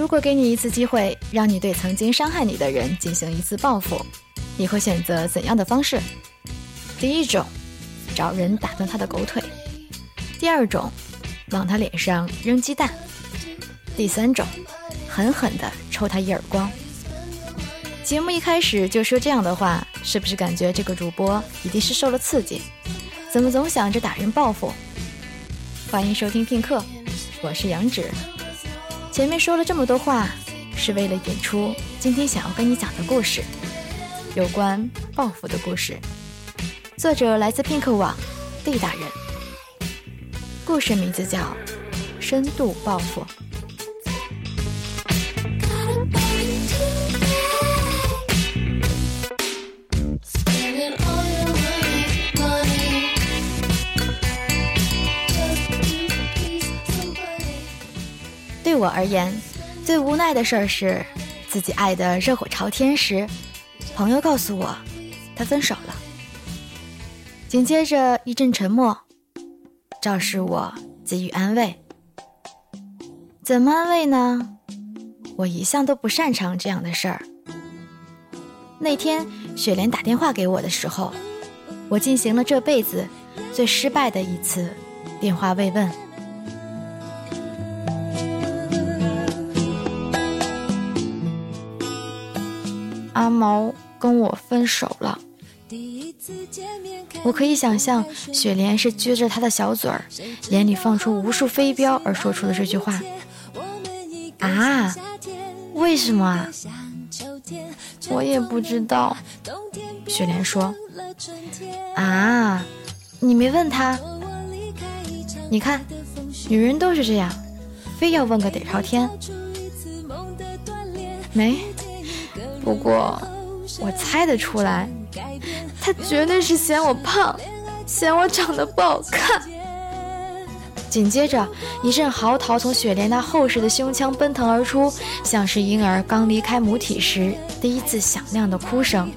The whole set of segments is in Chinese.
如果给你一次机会，让你对曾经伤害你的人进行一次报复，你会选择怎样的方式？第一种，找人打断他的狗腿；第二种，往他脸上扔鸡蛋；第三种，狠狠地抽他一耳光。节目一开始就说这样的话，是不是感觉这个主播一定是受了刺激？怎么总想着打人报复？欢迎收听片刻，我是杨芷。前面说了这么多话，是为了演出今天想要跟你讲的故事，有关报复的故事。作者来自片刻网D大人，故事名字叫《深度报复》。对我而言，最无奈的事儿是自己爱得热火朝天时，朋友告诉我他分手了。紧接着一阵沉默，昭示我给予安慰。怎么安慰呢？我一向都不擅长这样的事儿。那天雪莲打电话给我的时候，我进行了这辈子最失败的一次电话慰问。阿毛跟我分手了。我可以想象雪莲是撅着她的小嘴儿，眼里放出无数飞镖而说出的这句话。啊？为什么啊？我也不知道。雪莲说。啊？你没问他？你看，女人都是这样，非要问个底朝天。没。不过我猜得出来，他绝对是嫌我胖，嫌我长得不好看。紧接着一阵嚎啕从雪莲那厚实的胸腔奔腾而出，像是婴儿刚离开母体时第一次响亮的哭声。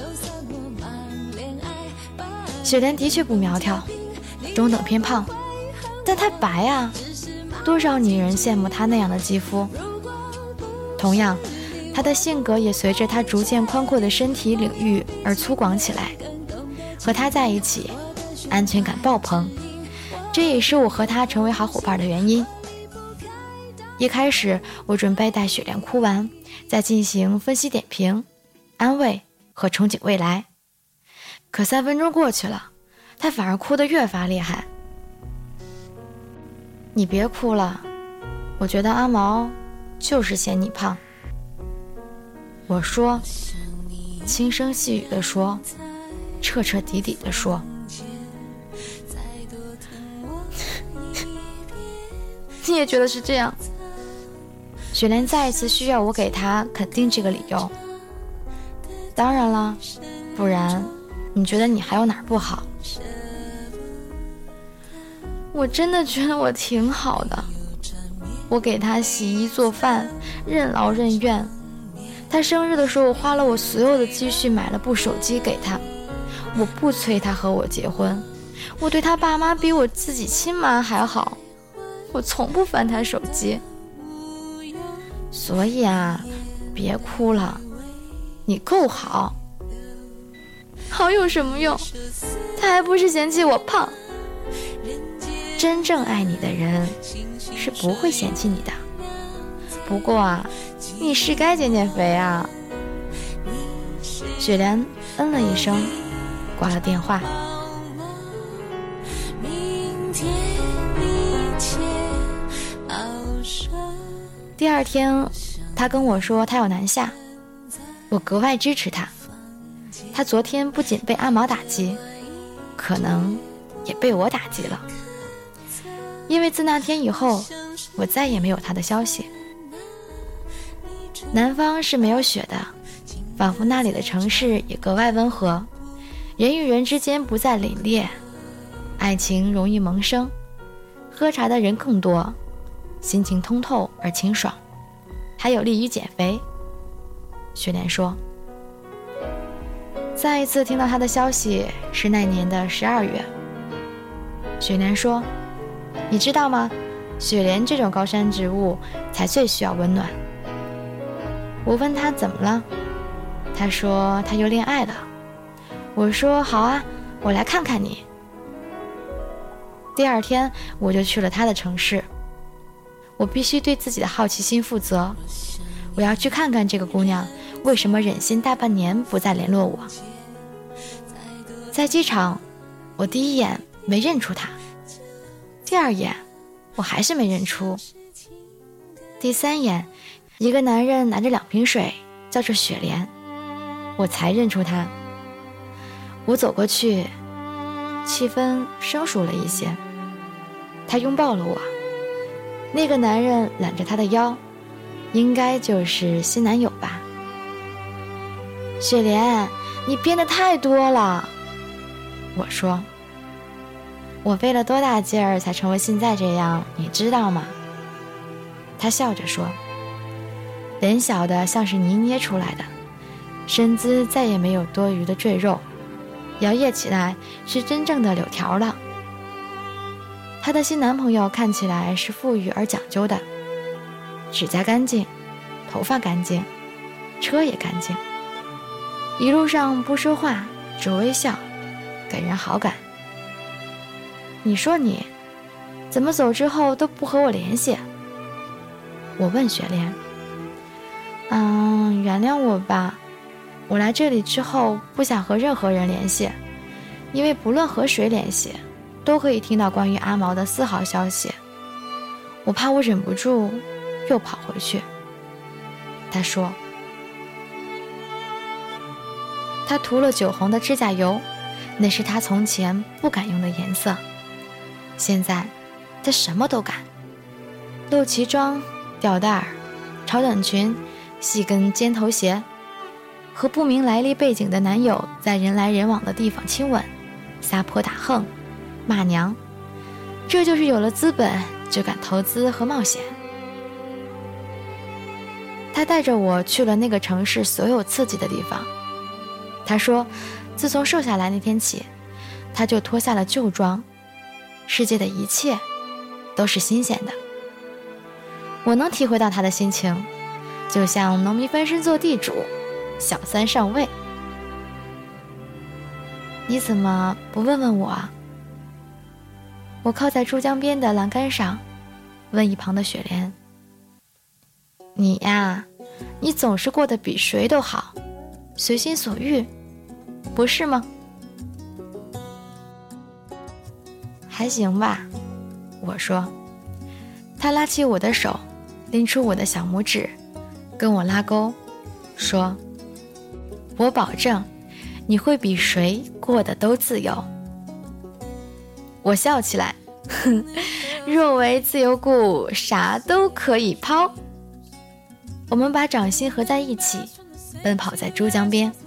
雪莲的确不苗条，中等偏胖，但她白啊，多少女人羡慕她那样的肌肤。同样，他的性格也随着他逐渐宽阔的身体领域而粗犷起来。和他在一起，安全感爆棚，这也是我和他成为好伙伴的原因。一开始我准备待雪莲哭完，再进行分析点评、安慰和憧憬未来。可3分钟过去了，他反而哭得越发厉害。你别哭了，我觉得阿毛就是嫌你胖。我说，轻声细语地说，彻彻底底地说。你也觉得是这样？雪莲再一次需要我给她肯定这个理由。当然了，不然你觉得你还有哪儿不好？我真的觉得我挺好的，我给她洗衣做饭，任劳任怨。他生日的时候，我花了我所有的积蓄买了部手机给他。我不催他和我结婚，我对他爸妈比我自己亲妈还好，我从不翻他手机。所以啊，别哭了，你够好。好有什么用？他还不是嫌弃我胖。真正爱你的人是不会嫌弃你的。不过啊，你是该减减肥啊。雪莲嗯了一声，挂了电话。第二天他跟我说他要南下，我格外支持他。他昨天不仅被阿毛打击，可能也被我打击了，因为自那天以后我再也没有他的消息。南方是没有雪的，仿佛那里的城市也格外温和，人与人之间不再凛冽，爱情容易萌生，喝茶的人更多，心情通透而清爽，还有利于减肥。雪莲说。再一次听到他的消息是那年的12月。雪莲说，你知道吗，雪莲这种高山植物才最需要温暖， 我问他怎么了，他说他又恋爱了。我说好啊，我来看看你。第二天我就去了他的城市。我必须对自己的好奇心负责，我要去看看这个姑娘为什么忍心大半年不再联络我。在机场，我第一眼没认出她，第二眼我还是没认出，第三眼一个男人拿着2瓶水叫着雪莲，我才认出他。我走过去，气氛生疏了一些，他拥抱了我。那个男人揽着她的腰，应该就是新男友吧。雪莲，你变得太多了。我说，我费了多大劲儿才成为现在这样，你知道吗？他笑着说，脸小的像是泥捏出来的，身姿再也没有多余的赘肉，摇曳起来是真正的柳条了。她的新男朋友看起来是富裕而讲究的，指甲干净，头发干净，车也干净，一路上不说话，只微笑，给人好感。你说你怎么走之后都不和我联系？我问雪莲。原谅我吧，我来这里之后不想和任何人联系，因为不论和谁联系都可以听到关于阿毛的丝毫消息，我怕我忍不住又跑回去。他说，他涂了酒红的指甲油，那是他从前不敢用的颜色，现在他什么都敢，露脐装、吊带儿、超短裙、细跟尖头鞋，和不明来历背景的男友在人来人往的地方亲吻、撒泼打横、骂娘，这就是有了资本就敢投资和冒险。他带着我去了那个城市所有刺激的地方。他说，自从瘦下来那天起，他就脱下了旧装，世界的一切都是新鲜的。我能体会到他的心情，就像农民翻身做地主，小三上位。你怎么不问问我啊？我靠在珠江边的栏杆上，问一旁的雪莲。你呀，你总是过得比谁都好，随心所欲，不是吗？还行吧，我说。他拉起我的手，拎出我的小拇指，跟我拉钩，说，我保证你会比谁过得都自由。我笑起来，若为自由故，啥都可以抛。我们把掌心合在一起，奔跑在珠江边。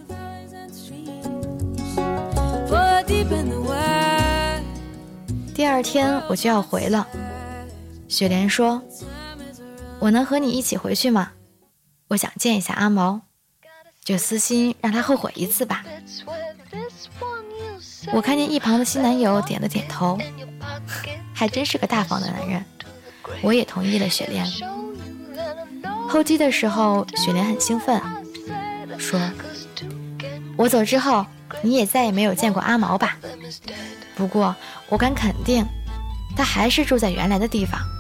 第二天我就要回了，雪莲说，我能和你一起回去吗？我想见一下阿毛，就私心让他后悔一次吧。我看见一旁的新男友点了点头，还真是个大方的男人，我也同意了雪莲。候机的时候，雪莲很兴奋，说，我走之后你也再也没有见过阿毛吧？不过我敢肯定，他还是住在原来的地方。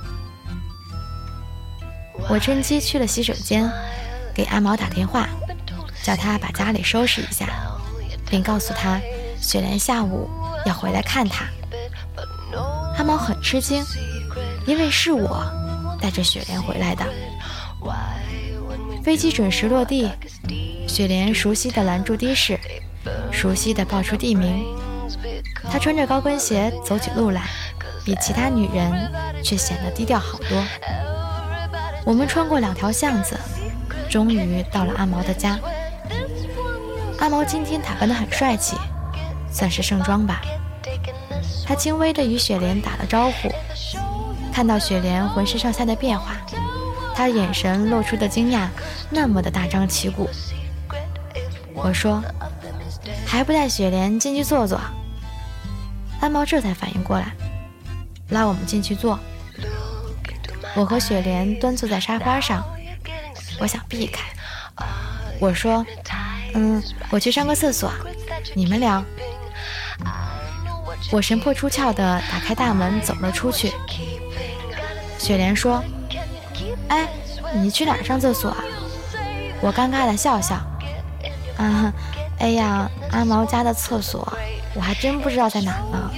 我趁机去了洗手间，给阿毛打电话，叫他把家里收拾一下，并告诉他雪莲下午要回来看他。阿毛很吃惊，因为是我带着雪莲回来的。飞机准时落地，雪莲熟悉地拦住的士，熟悉地报出地名。她穿着高跟鞋走起路来，比其他女人却显得低调好多。我们穿过2条巷子，终于到了阿毛的家。阿毛今天打扮得很帅气，算是盛装吧。他轻微地与雪莲打了招呼，看到雪莲浑身上下的变化，他眼神露出的惊讶那么的大张旗鼓。我说，还不带雪莲进去坐坐？阿毛这才反应过来，拉我们进去坐。我和雪莲端坐在沙发上，我想避开， 我说我去上个厕所，你们聊。我神魄出窍地打开大门走了出去。雪莲说，哎，你去哪儿上厕所啊？我尴尬地笑笑，哎呀，阿毛家的厕所我还真不知道在哪呢。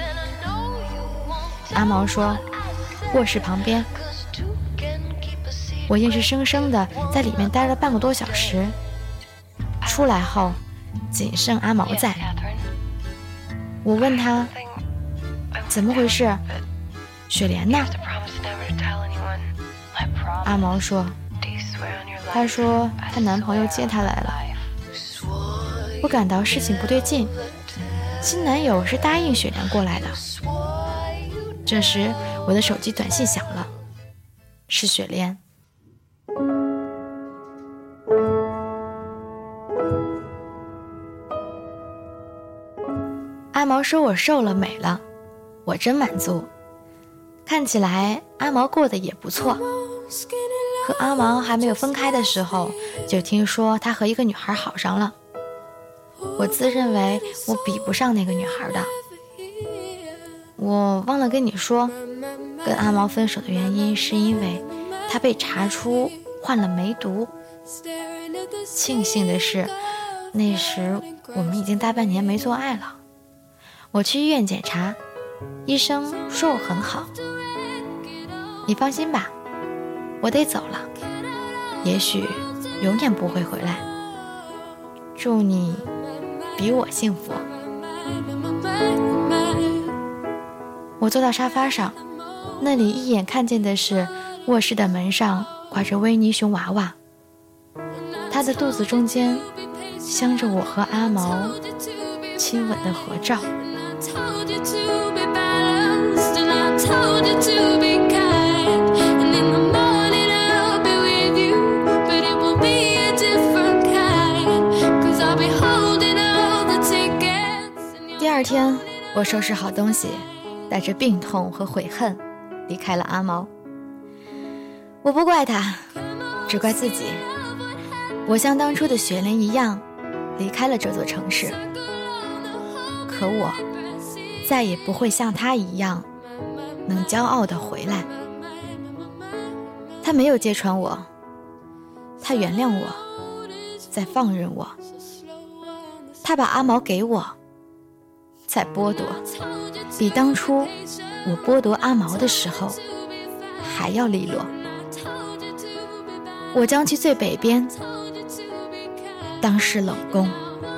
阿毛说，卧室旁边。我硬是生生的在里面待了半个多小时，出来后仅剩阿毛在。我问他怎么回事，雪莲呢？阿毛说，她说她男朋友接她来了。我感到事情不对劲，新男友是答应雪莲过来的。这时我的手机短信响了，是雪莲。阿毛说我瘦了美了，我真满足。看起来阿毛过得也不错。和阿毛还没有分开的时候，就听说他和一个女孩好上了。我自认为我比不上那个女孩的。我忘了跟你说，跟阿毛分手的原因是因为他被查出患了梅毒。庆幸的是，那时我们已经大半年没做爱了。我去医院检查，医生说我很好。你放心吧，我得走了，也许永远不会回来。祝你比我幸福。我坐到沙发上，那里一眼看见的是卧室的门上挂着维尼熊娃娃，他的肚子中间镶着我和阿毛亲吻的合照。第二天，我收拾好东西，带着病痛和悔恨离开了阿毛。我不怪他，只怪自己。我像当初的雪莲一样离开了这座城市，可我再也不会像他一样能骄傲地回来。他没有揭穿我，他原谅我，再放任我。他把阿毛给我，再剥夺，比当初我剥夺阿毛的时候还要利落。我将去最北边当是冷宫。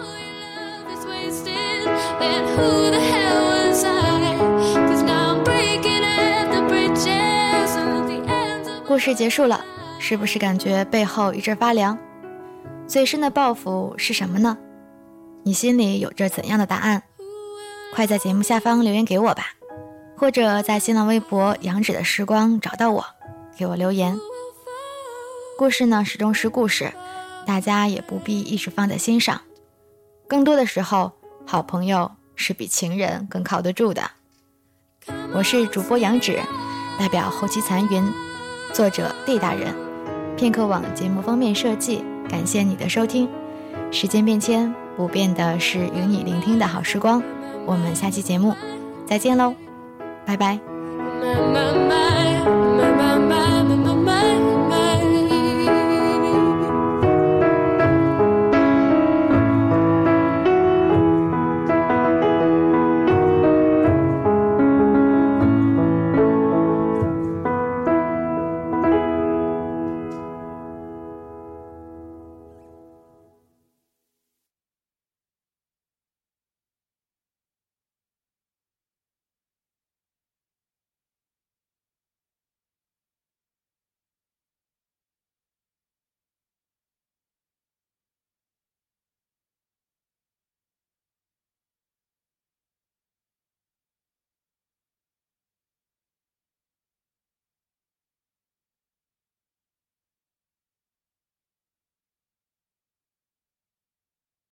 故事结束了，是不是感觉背后一阵发凉？最深的报复是什么呢？你心里有着怎样的答案？快在节目下方留言给我吧，或者在新浪微博杨芷的时光找到我，给我留言。故事呢始终是故事，大家也不必一直放在心上。更多的时候，好朋友是比情人更靠得住的。我是主播杨芷，代表后期残云，作者 D 大人，片刻网节目封面设计，感谢你的收听。时间变迁，不变的是与你聆听的好时光。我们下期节目再见喽，拜拜。